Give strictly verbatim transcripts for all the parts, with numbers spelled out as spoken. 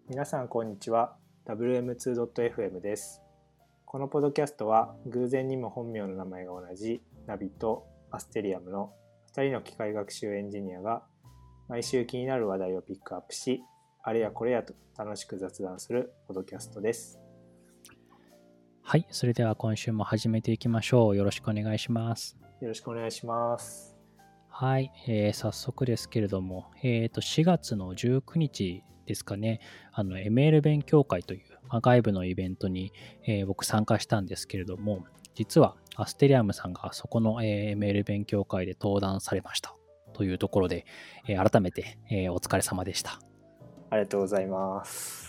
皆さんこんにちは。 ダブリューエムツードットエフエム です。このポッドキャストは偶然にも本名の名前が同じナビとアステリアムのふたりの機械学習エンジニアが毎週気になる話題をピックアップし、あれやこれやと楽しく雑談するポッドキャストです。 はい、それでは今週も始めていきましょう。よろしくお願いします。 よろしくお願いします。 はい、えー、早速ですけれども、えーと、しがつのじゅうくにちですかね、あの エムエル 勉強会という、まあ、外部のイベントに、えー僕参加したんですけれども、実はアステリアムさんがそこの、えー エムエル 勉強会で登壇されましたというところで、えー改めて、えーお疲れ様でした。 ありがとうございます。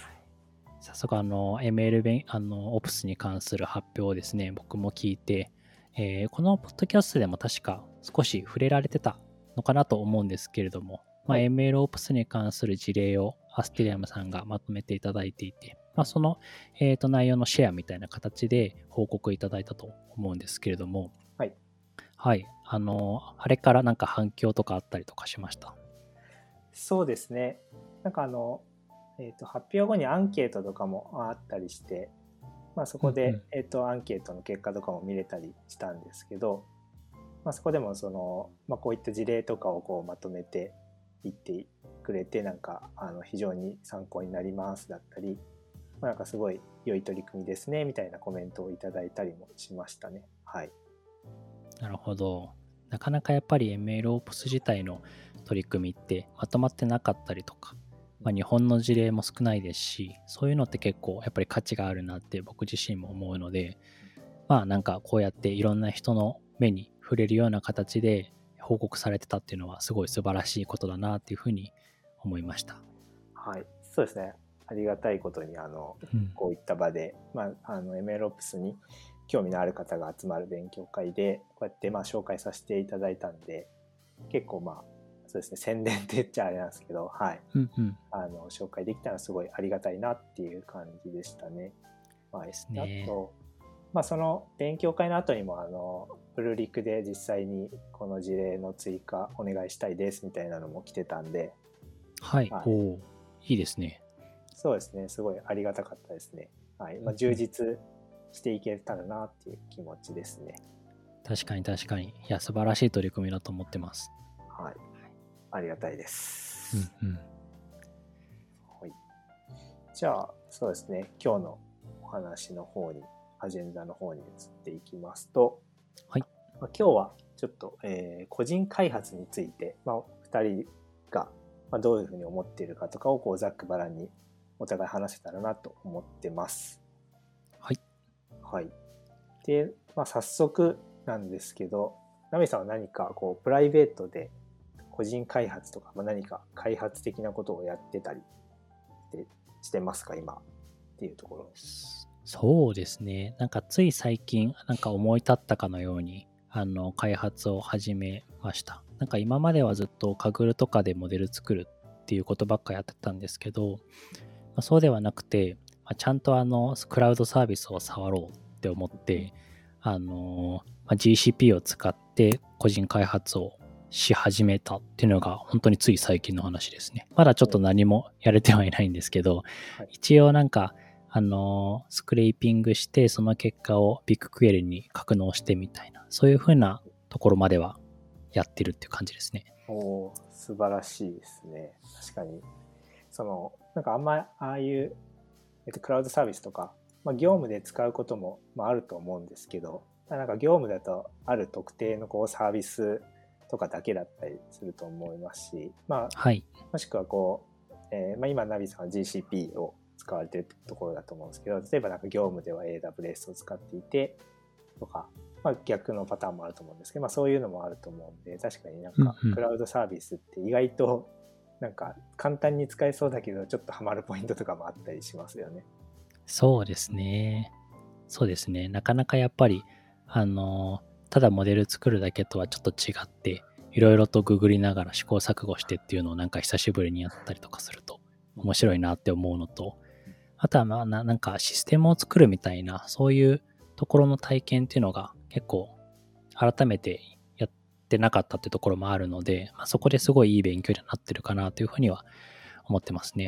早速あの エムエル 勉あの オプス に関する発表をですね、僕も聞いて、えーこのポッドキャストでも確か少し触れられてたのかなと思うんですけれども、まあ、 はいエムエル オプス に関する事例をアステリアムさんがまとめていただいていて、まあ、その、えーと内容のシェアみたいな形で報告いただいたと思うんですけれども、 はい、 はい、あのあれからなんか反響とかあったりとかしました？ そうですね。なんかあの、えーと発表後にアンケートとかもあったりして、まあ、そこで、 うんうんえーとアンケートの結果とかも見れたりしたんですけど、まあ、そこでもその、まあ、こういった事例とかをこうまとめていってくれて、なんかあの非常に参考になりますだったり、まあ、なんかすごい良い取り組みですねみたいなコメントをいただいたりもしましたね。はい。 なるほど。なかなかやっぱり エムエル オプス 自体の取り組みってまとまってなかったりとか、まあ、日本の事例も少ないですし、そういうのって結構やっぱり価値があるなって僕自身も思うので、まあなんかこうやっていろんな人の目に触れるような形で報告されてたっていうのはすごい素晴らしいことだなっていうふうに思いました。 はい、そうですね。ありがたいことにあの、 うん、 こういった場で、まあ、あの エムエル オプス に興味のある方が集まる勉強会でこうやってまあ紹介させていただいたんで、結構まあそうですね、宣伝って言っちゃあれなんですけど、はい、 うんうんあの紹介できたのはすごいありがたいなっていう感じでしたね。はい、 ですあね。 と、まあ、その勉強会の後にもあのプルリクで実際にこの事例の追加お願いしたいですみたいなのも来てたんで、 はい、 はい、 おお、いいですね。 そうですね、すごいありがたかったですね。はい、まあ、 うんうん、 充実していけたらなっていう気持ちですね。 確かに確かに。いや、素晴らしい取り組みだと思ってます。 はい、ありがたいでうす。 んうん。 はい、じゃあそうですね、今日のお話の方に、アジェンダの方に移っていきますと、 はい。 まあ、今日はちょっと、えー個人開発について、まあ、ふたりがまあどういうふうに思っているかとかをこうざっくばらんにお互い話せたらなと思ってます。 はい。 はい。で、まあ、早速なんですけど、ナミさんは何かこうプライベートで個人開発とか、まあ、何か開発的なことをやってたりってしてますか今っていうところ。 そうですね。なんかつい最近、なんか思い立ったかのように、あの、開発を始めました。なんか今まではずっとカグルとかでモデル作るっていうことばっかやってたんですけど、まあ、そうではなくて、まあ、ちゃんとあの、クラウドサービスを触ろうって思って、あの、まあ、ジーシーピー を使って個人開発をし始めたっていうのが本当につい最近の話ですね。まだちょっと何もやれてはいないんですけど、 はい、 一応なんか、あのスクレーピングしてその結果をビッグクエリに格納してみたいな、そういう風なところまではやってるっていう感じですね。 おー、素晴らしいですね。確かにそのなんかあんまああいう、えっと、クラウドサービスとか、まあ、業務で使うことも、まあ、あると思うんですけど、なんか業務だとある特定のこうサービスとかだけだったりすると思いますし、まあ、 はい。 もしくはこう、えーまあ、今ナビさんは ジーシーピー を使われているところだと思うんですけど、例えばなんか業務では エーダブリューエス を使っていてとか、まあ、逆のパターンもあると思うんですけど、まあ、そういうのもあると思うんで、確かになんかクラウドサービスって意外となんか簡単に使えそうだけどちょっとハマるポイントとかもあったりしますよね。 そうですね。そうですね。なかなかやっぱり、あの、ただモデル作るだけとはちょっと違って、いろいろとググりながら試行錯誤してっていうのをなんか久しぶりにやったりとかすると面白いなって思うのと、あとはまあななんかシステムを作るみたいな、そういうところの体験っていうのが結構改めてやってなかったっていうところもあるので、まあ、そこですごいいい勉強になってるかなというふうには思ってますね。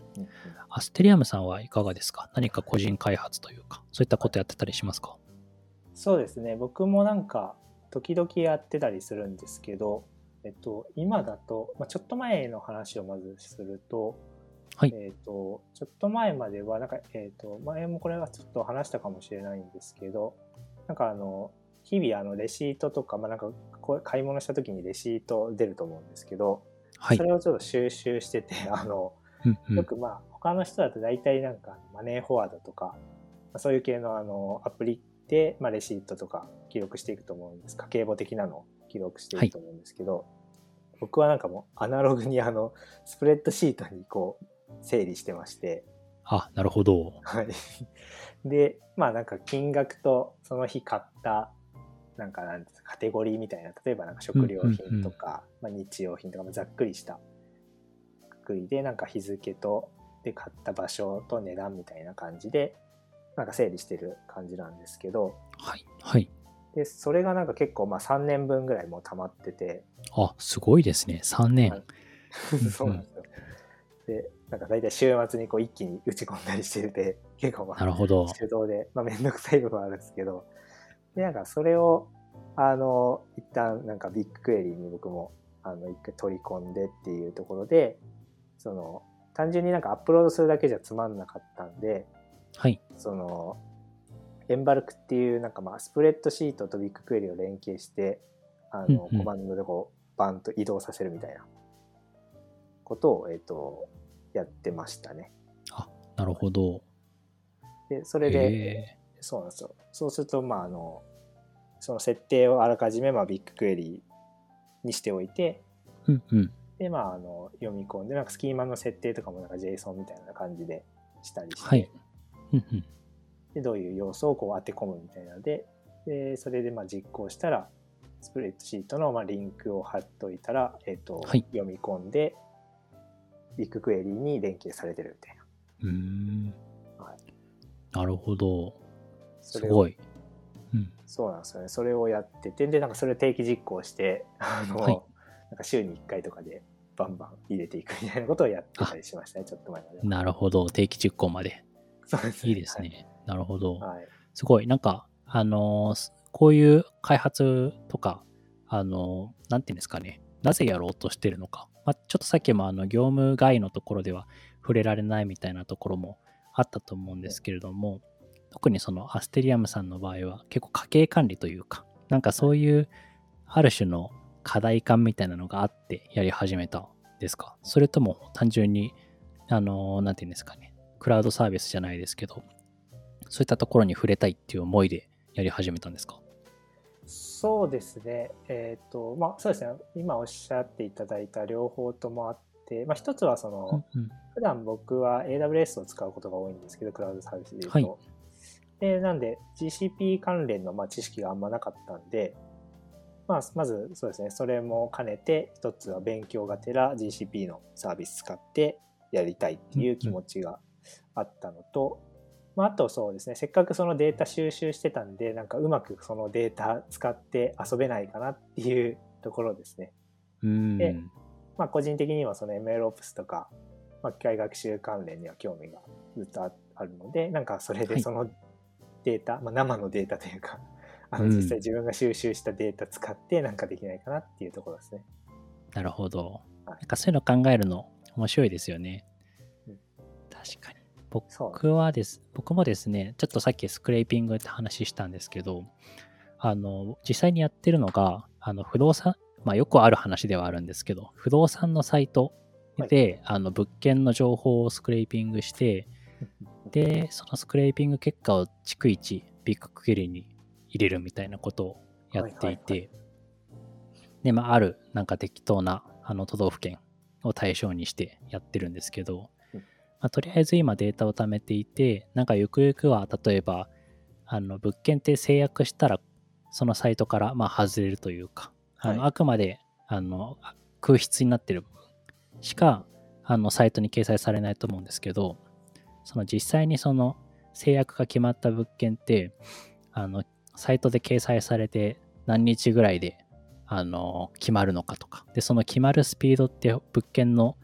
うんうん、 アステリアムさんはいかがですか？何か個人開発というか、そういったことやってたりしますか？ そうですね。僕もなんか時々やってたりするんですけど、えっと、今だと、まあ、ちょっと前の話をまずすると、 はい。 えっと、ちょっと前までは、なんか、えっと、前もこれはちょっと話したかもしれないんですけど、なんかあの、日々あのレシートとか、まあ、なんかこう買い物した時にレシート出ると思うんですけど、 はい。 それをちょっと収集してて、あの、 うんうん。 よくまあ、他の人だと大体なんかマネーフォワードとか、まあそういう系のあのアプリで、まあ、レシートとか記録していくと思うんです。家計簿的なのを記録していはい。 くと思うんですけど、僕はなんかもうアナログにあのスプレッドシートにこう整理してまして、 あ、なるほど。 はい。で、まあなんか金額とその日買ったなんかなんですかカテゴリーみたいな、例えばなんか食うんう料品んうん。 とか、まあ、日用品とか、まあざっくりしたくくりでなんか日付とで買った場所と値段みたいな感じでなんか整理してる感じなんですけど、 はい。はい。 でそれがなんか結構まあさんねんぶんぐらいもう溜まってて、 あ、すごいですね。さんねん。 はい、 うんうん。 そうなんですよ。でなんか大体週末にこう一気に打ち込んだりしてて結構まあなるほど。 手動で、まあ、めんどくさい部分はあるんですけど、でなんかそれをあの一旦なんかビッグクエリーに僕もあの一回取り込んでっていうところで、その単純になんかアップロードするだけじゃつまんなかったんで、 はい。 そのエンバルクっていうなんかまあスプレッドシートとビッグクエリーを連携してあうんうん。 のコマンドでこうバンと移動させるみたいなことを、えー、とやってましたね。 あ、なるほど。 でそれへでえ。 そうなんですよ。そうするとまああのその設定をあらかじめまあビッグクエリーにしておいて、 うんうん。 でまああの読み込んでなんかスキーマの設定とかもなんか JSON みたいな感じでしたりしはい。 て、 うんうん。 でどういう要素をこう当て込むみたいなので、でそれでまあ実行したらスプレッドシートのまあリンクを貼っといたら、えー、とはい。 読み込んでビッグクエリーに連携されてるみたいうーん。 な、はい、 なるほど。 それをすごい。うん。 そうなんですよね。それをやってて、でなんかそれを定期実行してあはい。 のなんか週にいっかいとかでバンバン入れていくみたいなことをやってたあ、 りしましたね、ちょっと前までは。 なるほど。定期実行まで。 そうですいいね。はい。 ですね。なるほど。 はい。 すごい。なんか、あのーこういう開発とか、あのーなんていうんですかね。なぜやろうとしてるのか。まあ、ちょっとさっきもあの業務外のところでは触れられないみたいなところもあったと思うんですけれども、特にそのアステリアムさんの場合は結構家計管理というか、なんかはい、 そういうある種の課題感みたいなのがあってやり始めたんですか？それとも単純に、あのーなんていうんですかね。クラウドサービスじゃないですけど、そういったところに触れたいっていう思いでやり始めたんですか？ そうですね。えっ、と、まあそうですね。今おっしゃっていただいた両方ともあって、まあ一つはその、 うんうん。 普段僕は エーダブリューエス を使うことが多いんですけど、クラウドサービスで言うはい。 と。で、なんで ジーシーピー 関連のまあ知識があんまなかったんで、まあ、まずそうですね、それも兼ねて、一つは勉強がてら ジーシーピー のサービス使ってやりたいっていう気うんうん。 持ちがあったのと、まあ、あとそうですね、せっかくそのデータ収集してたんで、なんかうまくそのデータ使って遊べないかなっていうところですね。 うーで、 ん。 まあ、個人的にはその エムエルオプス とか、まあ、機械学習関連には興味がずっとああるので、なんかそれではい。 そのデータ、まあ、生のデータというか、あの実際うん。 自分が収集したデータ使ってなんかできないかなっていうところですね。 なるほど。 はい。 なんかそういうの考えるの面白いですよね。 うん、 確かに。 そう僕はです、僕もですね、ちょっとさっきスクレーピングって話したんですけど、あの、実際にやってるのが、あの、不動産、まあよくある話ではあるんですけど、不動産のサイトはい。 で、あの、物件の情報をスクレーピングして、で、そのスクレーピング結果を逐一ビッグクエリに入れるみたいなことをやっはいはいはい。 ていて、で、まあ、あるなんか適当なあの都道府県を対象にしてやってるんですけど、 うん、 まあ、とりあえず今データを貯めていて、なんかゆくゆくは例えば、あの物件って制約したら、そのサイトからまあ外れるというか、あはい。 のあくまであの空室になってる部分しかあのサイトに掲載されないと思うんですけど、その実際にその制約が決まった物件って、あのサイトで掲載されて何日ぐらいであの決まるのかとか、でその決まるスピードって物件の、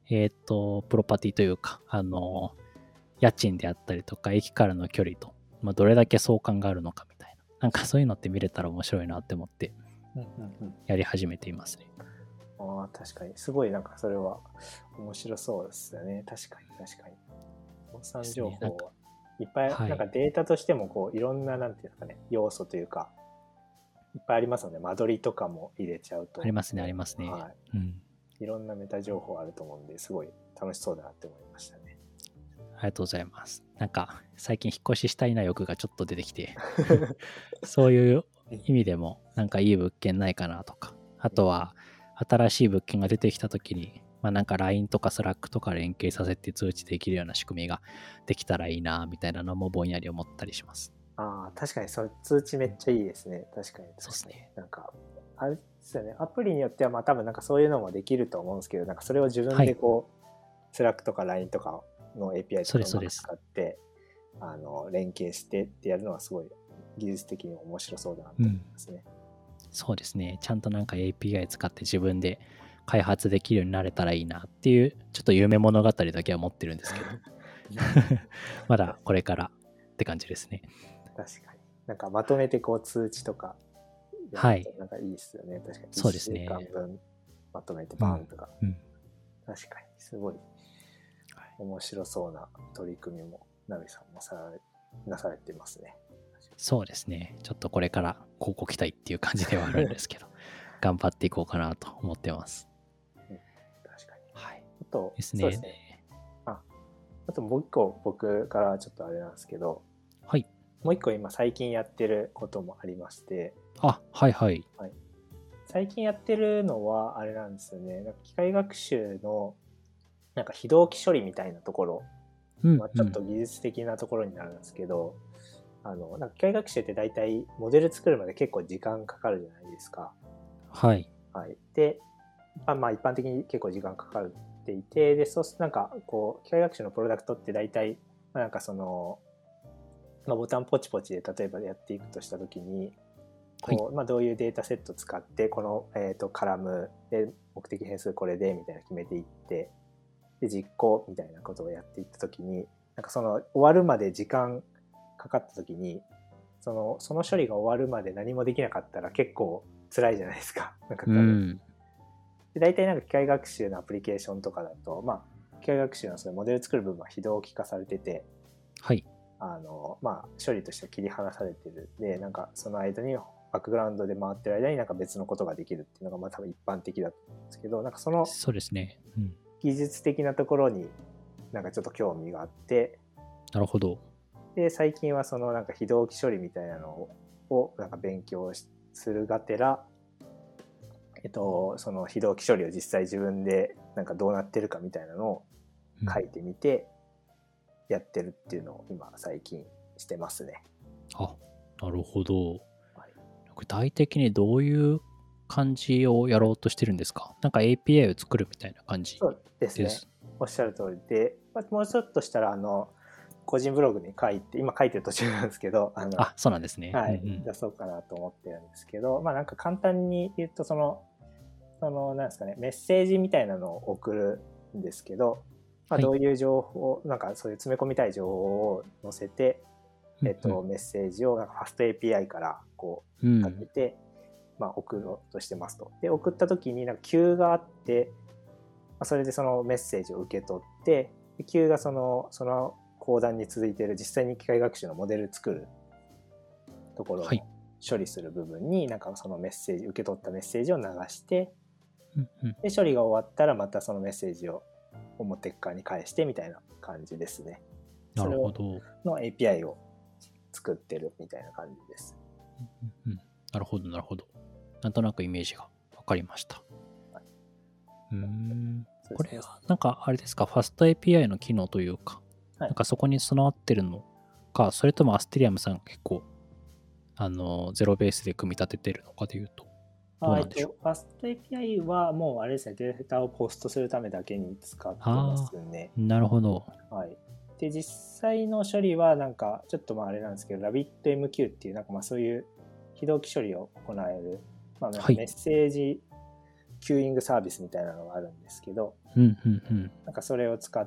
えっと、プロパティというか、あの、家賃であったりとか、駅からの距離と、まあ、どれだけ相関があるのかみたいな。なんかそういうのって見れたら面白いなって思って、やり始めていますね。 うんうんうん、ああ、確かに。すごいなんかそれは面白そうですよね。確かに確かに。動産情報はいっぱい、なんかデータとしてもこういろんな、なんていうんですかね、要素というか、いっぱいありますので、間取りとかも入れちゃうと。 ありますね、ありますね。 はい。 うん。 いろんなメタ情報あると思うんで、すごい楽しそうだなって思いましたね。 ありがとうございます。なんか、最近引っ越ししたいな欲がちょっと出てきて、そういう意味でも、なんかいい物件ないかなとか、あとは、新しい物件が出てきたときに、まあなんか ライン とか Slack とか連携させて通知できるような仕組みができたらいいな、みたいなのもぼんやり思ったりします。 ああ、確かにそれ通知めっちゃいいですね。確かに確かに。 そうですね。 なんか、あれですよね。アプリによってはまあ多分なんかそういうのもできると思うんですけど、なんかそれを自分でこう、はい、Slack とか ライン とかの エーピーアイ とかを使って、あの連携してってやるのはすごい技術的に面白そうだなと思いますね、 うん。そうですね。ちゃんとなんか エーピーアイ 使って自分で開発できるようになれたらいいなっていう、ちょっと夢物語だけは持ってるんですけど、まだこれからって感じですね。 確かに。なんかまとめてこう通知とかやるとなんかいいですよね。はい、確かに。 そうですね。 いっしゅうかんぶんまとめてバーンとか。 うんうん、 確かに。すごい面白そうな取り組みもナビさんもさらなされてますね。 そうですね。ちょっとこれから広告期待っていう感じではあるんですけど、頑張っていこうかなと思ってます。 うん、確かに。 はい。 あと、 ですね。 そうですね。あ、あともう一個僕からちょっとあれなんですけど、 はい。 もう一個今最近やってることもありまして、 あ、はいはい。 はい、最近やってるのはあれなんですよね。なんか機械学習のなんか非同期処理みたいなところ、うんうん、まあ、ちょっと技術的なところになるんですけど、あのなんか機械学習って大体モデル作るまで結構時間かかるじゃないですか。 はい。 はい、で、まあ、まあ一般的に結構時間かかっていて、でそうするとなんかこう機械学習のプロダクトって大体、まあ、なんかその、まあ、ボタンポチポチで例えばやっていくとしたときに、こう、はい、まあ、どういうデータセット使ってこの、えーと、カラムで目的変数これでみたいな決めていって、で実行みたいなことをやっていったときに、なんかその終わるまで時間かかったときに、そのその処理が終わるまで何もできなかったら結構辛いじゃないですか。なんか多分、うん、で大体なんか機械学習のアプリケーションとかだと、まあ、機械学習のそのモデル作る部分は非同期化されてて、 はい、 あのまあ、処理としては切り離されてるで、なんかその間にバックグラウンドで回ってる間になんか別のことができるっていうのがまあ多分一般的だと思うんですけど、なんかそのそうですね、うん、 技術的なところになんかちょっと興味があって、 なるほど。 で最近はそのなんか非同期処理みたいなのをなんか勉強するがてら、えっと、その非同期処理を実際自分でなんかどうなってるかみたいなのを書いてみてやってるっていうのを今最近してますね。 うん、あ、なるほど。はい、具体的にどういう感じをやろうとしてるんですか？なんか エーピーアイ を作るみたいな感じです。 そうですね。おっしゃる通りで、もうちょっとしたらあの個人ブログに書いて、今書いてる途中なんですけど、あのあ、そうなんですね。 はい、 うんうん、 出そうかなと思ってるんですけど、まあなんか簡単に言うとそのそのなんですかね、メッセージみたいなのを送るんですけど、まあ、どういう情報、はい、なんかそういう詰め込みたい情報を載せて、うんうん、えっと、メッセージをなんかファスト エーピーアイ からこうかけて、うん、まあ、送ろうとしてますと。で、送った時になんか Q があって、まあ、それでそのメッセージを受け取って、で Q がそのその講談に続いている実際に機械学習のモデル作るところを処理する部分に、なんかそのメッセージ、受け取ったメッセージを流して、で処理が終わったらまたそのメッセージを表側に返してみたいな感じですね。 なるほど。 それの エーピーアイ を作ってるみたいな感じです。 うんうん、なるほどなるほど。なんとなくイメージが分かりました。はい、うーん、これはなんかあれですか、ファスト エーピーアイ の機能というか、はい、なんかそこに備わってるのか、それともアステリアムさんが結構あのゼロベースで組み立ててるのかでいうとどうなんでしょう。 ファスト エーピーアイ はもうあれですね、データをポストするためだけに使ってますね。 なるほど。 はい。で、実際の処理はなんかちょっとまああれなんですけど、ラビット エムキュー っていうなんかまあそういう非同期処理を行える、まあ、なんかメッセージキューイングサービスみたいなのがあるんですけど、 うんうんうん。 なんかそれを使って、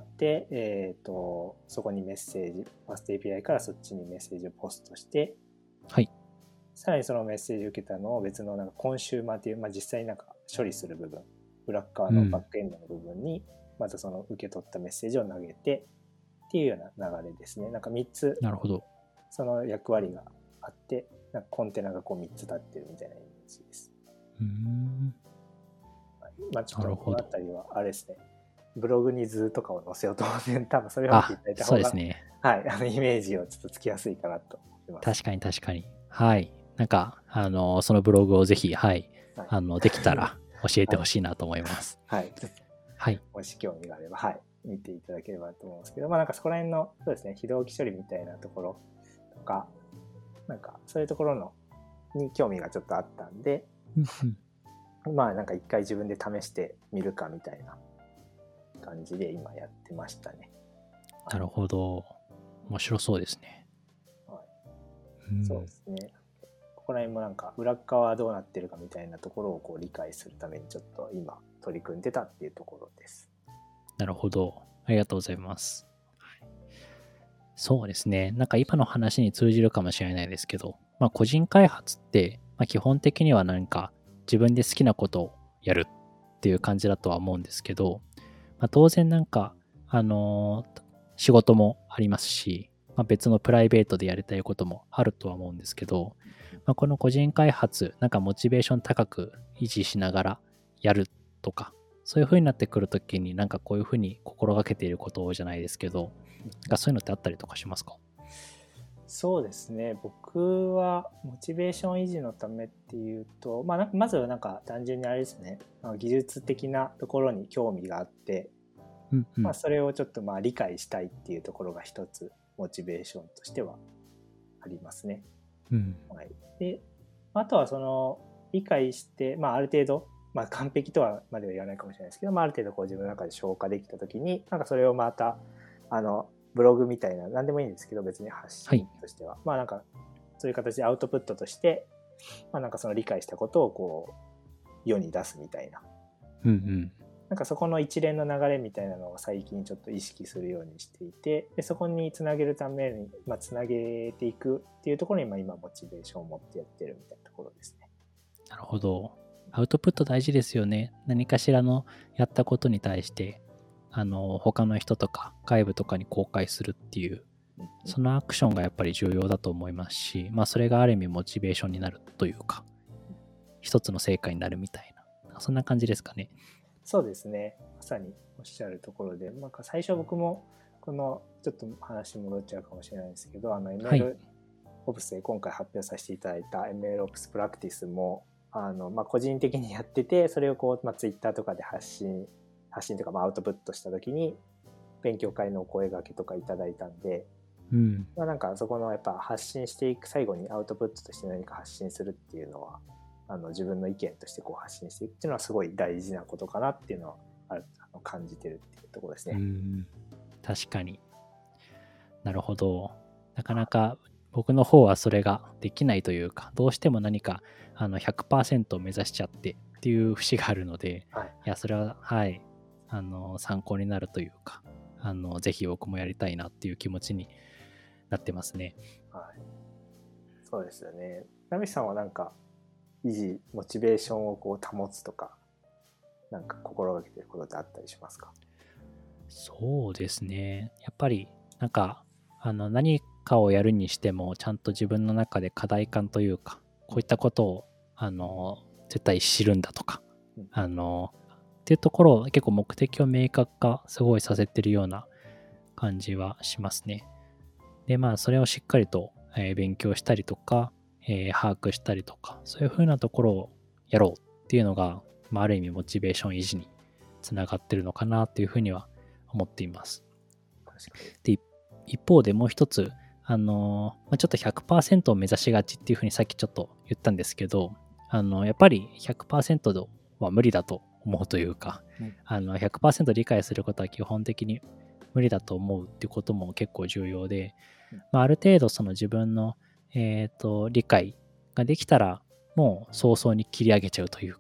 えーと、そこにメッセージ、ファスト エーピーアイ からそっちにメッセージをポストして、 はい。 さらにそのメッセージを受けたのを別のなんかコンシューマーっていう、まあ、実際になんか処理する部分、裏側のバックエンドの部分に、またその受け取ったメッセージを投げてっていうような流れですね。なんかみっつ、 なるほど。 その役割があって、なんかコンテナがこうみっつ立ってるみたいなイメージです。 うーん。 まあちょっとこのあたりはあれですね。ブログに図とかを載せようと思って、多分それを見ていただいた方が、そうですね。はい、あのイメージをちょっとつきやすいかなと思います。 確かに確かに。はい。なんか、あの、そのブログをぜひ、はい、はい、あの、できたら教えてほしいなと思います。 はい。はい。もし興味があれば、はい、見ていただければと思うんですけど、まあなんかそこら辺の、そうですね、非同期処理みたいなところとか、なんかそういうところのに興味がちょっとあったんで、まあなんか一回自分で試してみるかみたいな感じで今やってましたね。 なるほど。面白そうですね。 はい、うん、そうですね。ここら辺もなんか裏側はどうなってるかみたいなところをこう理解するためにちょっと今取り組んでたっていうところです。 なるほど。ありがとうございます。そうですね。なんか今の話に通じるかもしれないですけど、まあ個人開発って、まあ、基本的には何か自分で好きなことをやるっていう感じだとは思うんですけど、まあ、当然なんか、あのー、仕事もありますし、まあ、別のプライベートでやりたいこともあるとは思うんですけど、まあ、この個人開発、なんかモチベーション高く維持しながらやるとか、そういう風になってくるときになんかこういう風に心がけていることじゃないですけど、なんかそういうのってあったりとかしますか？ そうですね。僕はモチベーション維持のためっていうと、まあ、まずはなんか単純にあれですね、技術的なところに興味があって、うんうん、まあ、それをちょっとまあ理解したいっていうところが一つモチベーションとしてはありますね。 うんはい、であとはその理解して、まあ、ある程度、まあ、完璧とはまでは言わないかもしれないですけど、まあ、ある程度こう自分の中で消化できたときに、なんかそれをまたあのブログみたいな何でもいいんですけど、別に発信としては、はい、まあなんかそういう形でアウトプットとして、まあ、なんかその理解したことをこう世に出すみたいな、 うんうん、 なんかそこの一連の流れみたいなのを最近ちょっと意識するようにしていて、でそこにつなげるために、まあ、つなげていくっていうところに、まあ、今モチベーションを持ってやってるみたいなところですね。 なるほど。アウトプット大事ですよね。何かしらのやったことに対してあの他の人とか外部とかに公開するっていうそのアクションがやっぱり重要だと思いますし、まあそれがある意味モチベーションになるというか一つの成果になるみたいな、そんな感じですかね。 そうですね、まさにおっしゃるところで、なんか最初僕もこのちょっと話戻っちゃうかもしれないですけど、あの エムエル オプスで今回発表させていただいた エムエル オプスプラクティスもあの、まあ、個人的にやってて、それをこう、まあ、Twitter とかで発信発信というかまあアウトプットした時に勉強会のお声掛けとかいただいたんで、 うんまあ、なんかそこのやっぱ発信していく最後にアウトプットとして何か発信するっていうのはあの自分の意見としてこう発信していくっていうのはすごい大事なことかなっていうのはあるあの感じてるっていうところですね。 うん確かに。なるほど。なかなか僕の方はそれができないというか、どうしても何かあの ひゃくパーセント を目指しちゃってっていう節があるので、はい、いやそれははいあの参考になるというか、あのぜひ僕もやりたいなっていう気持ちになってますね。 はい、そうですよね。ナミさんはなんか維持モチベーションをこう保つとか、なんか心がけてることってあったりしますか？ そうですね。やっぱりなんかあの何かをやるにしてもちゃんと自分の中で課題感というか、こういったことをあの絶対知るんだとか、うん、あのっていうところを結構目的を明確化すごいさせてるような感じはしますね。でまあそれをしっかりと、えー、勉強したりとか、えー、把握したりとか、そういう風なところをやろうっていうのが、まあ、ある意味モチベーション維持につながってるのかなっていうふうには思っています。確かに。で一方でもう一つ、あのー、ちょっと ひゃくパーセント を目指しがちっていうふうにさっきちょっと言ったんですけど、あのやっぱり ひゃくパーセント は無理だと思うというか、うん、あの ひゃくパーセント 理解することは基本的に無理だと思うっていうことも結構重要で、まあ、ある程度その自分の、えーと、理解ができたらもう早々に切り上げちゃうというか、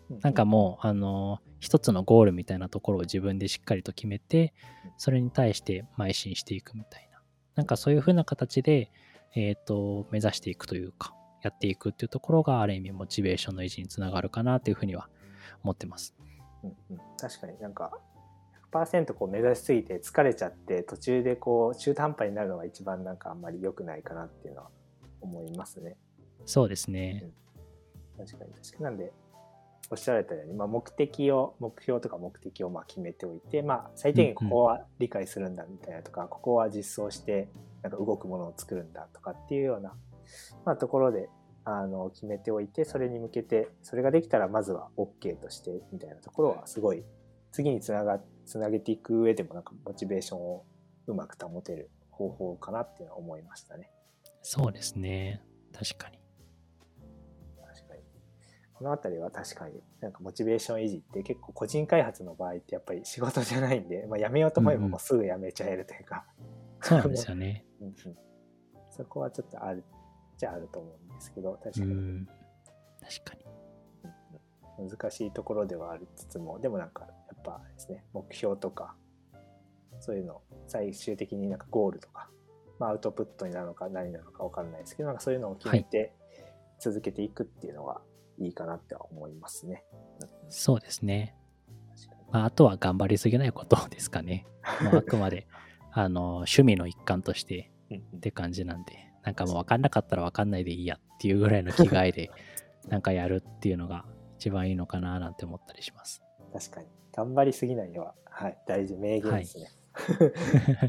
なんかもうあの一つのゴールみたいなところを自分でしっかりと決めて、それに対して邁進していくみたいな、なんかそういう風な形で、えーと、目指していくというか、やっていくっていうところがある意味モチベーションの維持につながるかなというふうには思ってます。 うんうん、確かになんか ひゃくパーセント こう目指しすぎて疲れちゃって途中でこう中途半端になるのが一番なんかあんまり良くないかなっていうのは思いますね。 そうですね、 うん、確かに確かに。なんでおっしゃられたように、まあ、目的を目標とか目的をまあ決めておいて、まあ、最低限ここは理解するんだみたいなとか、うんうん、ここは実装してなんか動くものを作るんだとかっていうような、まあ、ところであの決めておいて、それに向けてそれができたらまずは OK としてみたいなところはすごい次につながつなげていく上でもなんかモチベーションをうまく保てる方法かなっていうのは思いましたね。 そうですね、確かに確かにこのあたりは確かになんかモチベーション維持って結構個人開発の場合ってやっぱり仕事じゃないんで、まあ、やめようと思えばもうすぐやめちゃえるというか、 うん、そうなんですよねうん、うん、そこはちょっとあるじゃあると思うんですけど、確かに、うん、 確かに、 うん、難しいところではありつつも、でもなんかやっぱですね、目標とかそういうの最終的になんかゴールとか、まあ、アウトプットになるのか何なのか分かんないですけど、なんかそういうのを決めて続けていくっていうのはいいかなっては思いますね。 うん、そうですね。まあ、あとは頑張りすぎないことですかね。もうあくまであの趣味の一環としてって感じなんで、なんかもう分かんなかったら分かんないでいいやっていうぐらいの気概でなんかやるっていうのが一番いいのかななんて思ったりします。 確かに頑張りすぎないのは、はい、大事、名言ですね。はい、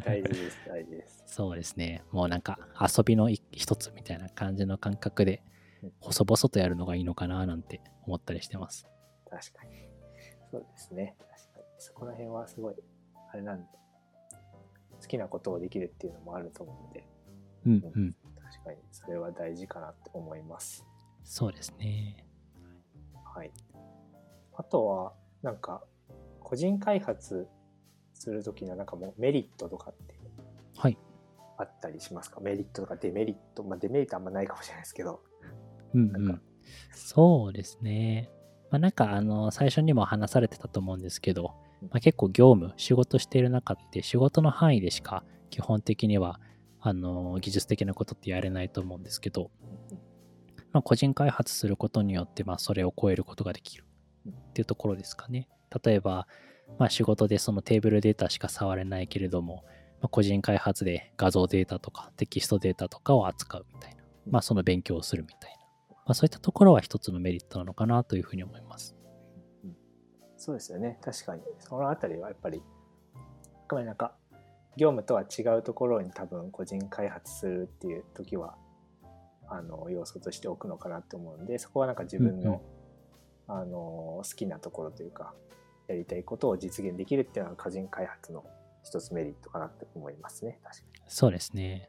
大事です大事です。 そうですね。もうなんか遊びの一つみたいな感じの感覚で細々とやるのがいいのかななんて思ったりしてます。 確かにそうですね。確かにそこら辺はすごいあれなんで、好きなことをできるっていうのもあると思うので、 うんうん、 確かにそれは大事かなと思います。 そうですね。 はい。あとはなんか個人開発するときのなんかもうメリットとかってあったりしますか？はい、メリットとかデメリット、まあデメリットあんまないかもしれないですけど。 うんうん。なんかそうですね。まあなんかあの最初にも話されてたと思うんですけど、まあ、結構業務仕事している中って仕事の範囲でしか基本的にはあの技術的なことってやれないと思うんですけど、まあ、個人開発することによってまあそれを超えることができるっていうところですかね。例えば、まあ、仕事でそのテーブルデータしか触れないけれども、まあ、個人開発で画像データとかテキストデータとかを扱うみたいな、まあ、その勉強をするみたいな、まあ、そういったところは一つのメリットなのかなというふうに思います。 うん、そうですよね。確かにそのあたりはやっぱりなんか業務とは違うところに多分個人開発するっていう時はあの要素としておくのかなと思うんで、そこはなんか自分の、うんうん、あの好きなところというかやりたいことを実現できるっていうのは個人開発の一つメリットかなと思いますね。確かにそうですね。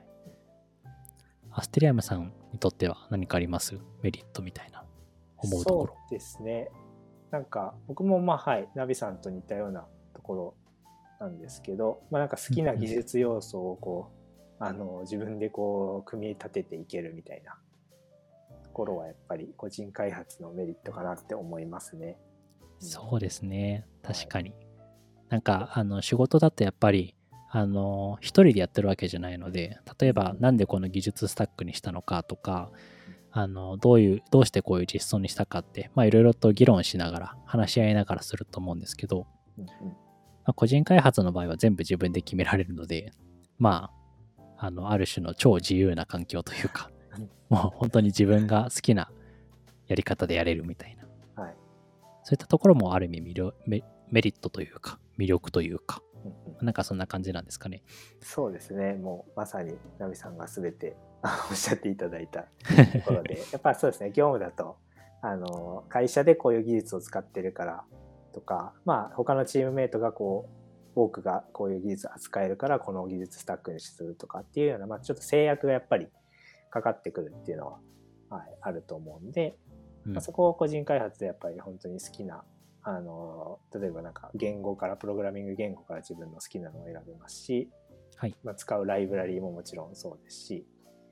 アステリアムさんにとっては何かあります？メリットみたいな思うところ。 そうですね。なんか僕もまあはいナビさんと似たようなところなんですけど、まあ、なんか好きな技術要素をこう、うんうん、あの自分でこう組み立てていけるみたいなところはやっぱり個人開発のメリットかなって思いますね。 うん、そうですね。確かに。はい、なんかあの仕事だとやっぱりあの一人でやってるわけじゃないので、例えばなんでこの技術スタックにしたのかとか、あのどういうどうしてこういう実装にしたかってまあいろいろと議論しながら話し合いながらすると思うんですけど、うんうん、まあ、個人開発の場合は全部自分で決められるので、まああのある種の超自由な環境というかもう本当に自分が好きなやり方でやれるみたいな、はい、そういったところもある意味メリットというか魅力というか、うんうん、なんかそんな感じなんですかね。 そうですね。もうまさにナミさんが全ておっしゃっていただいたところでやっぱそうですね、業務だとあの会社でこういう技術を使ってるからとか、まあ他のチームメイトがこう多くがこういう技術扱えるからこの技術スタックにするとかっていうような、まあ、ちょっと制約がやっぱりかかってくるっていうのは、はい、あると思うんで、うんまあ、そこを個人開発でやっぱり本当に好きなあの例えばなんか言語からプログラミング言語から自分の好きなのを選べますし、はいまあ、使うライブラリーももちろんそうですし、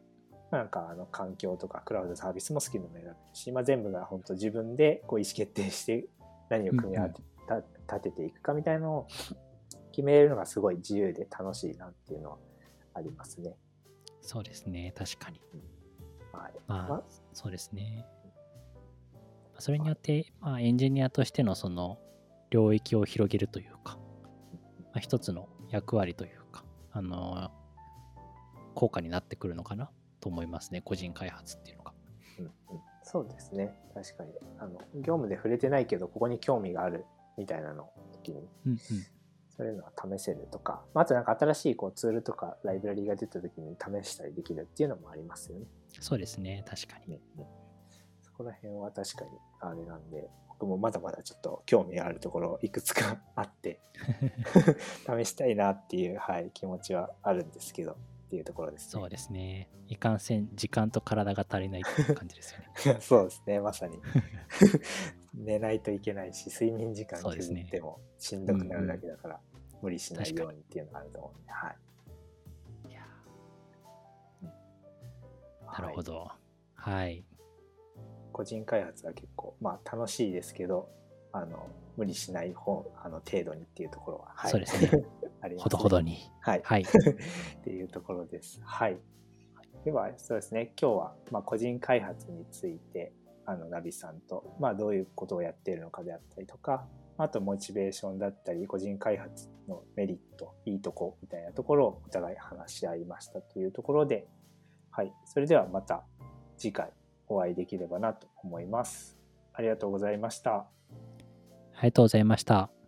なんかあの環境とかクラウドサービスも好きなの選べるし、まあ、全部が本当自分でこう意思決定して何を組み合わせ、うんうん、立てていくかみたいなのを決めるのがすごい自由で楽しいなっていうのはありますね。 そうですね、確かに。 うん、はい、 まあ、 まあ、 そうですね。それによって、まあ、エンジニアとしてのその領域を広げるというか、まあ、一つの役割というか、あの効果になってくるのかなと思いますね、個人開発っていうのが。 うんうん、そうですね、確かにあの業務で触れてないけどここに興味があるみたいなの時に、うんうん、そういうのは試せるとか、あとなんか新しいこうツールとかライブラリが出た時に試したりできるっていうのもありますよね。 そうですね、確かに、ねね、 そこら辺は確かにあれなんで、僕もまだまだちょっと興味があるところいくつかあって試したいなっていう、はい、気持ちはあるんですけどっていうところですね。 そうですね。いかんせん時間と体が足りないっていう感じですよね。 そうですね、まさに寝ないといけないし、睡眠時間削ってもしんどくなるだけだから、ね、うんうん、無理しないようにっていうのがあると思うんで、はい。いや、 うん、なるほど。はい。はい、 個人開発は結構まあ楽しいですけど、あの無理しない方あの程度にっていうところは、はい、 そうですね。ありますね。ほどほどに。 はい。はい、っていうところです。はい。ではそうですね。今日はまあ個人開発についてあのナビさんとまあどういうことをやっているのかであったりとか、あとモチベーションだったり個人開発のメリット、いいとこみたいなところをお互い話し合いましたというところで、はい。それではまた次回お会いできればなと思います。ありがとうございました。 ありがとうございました。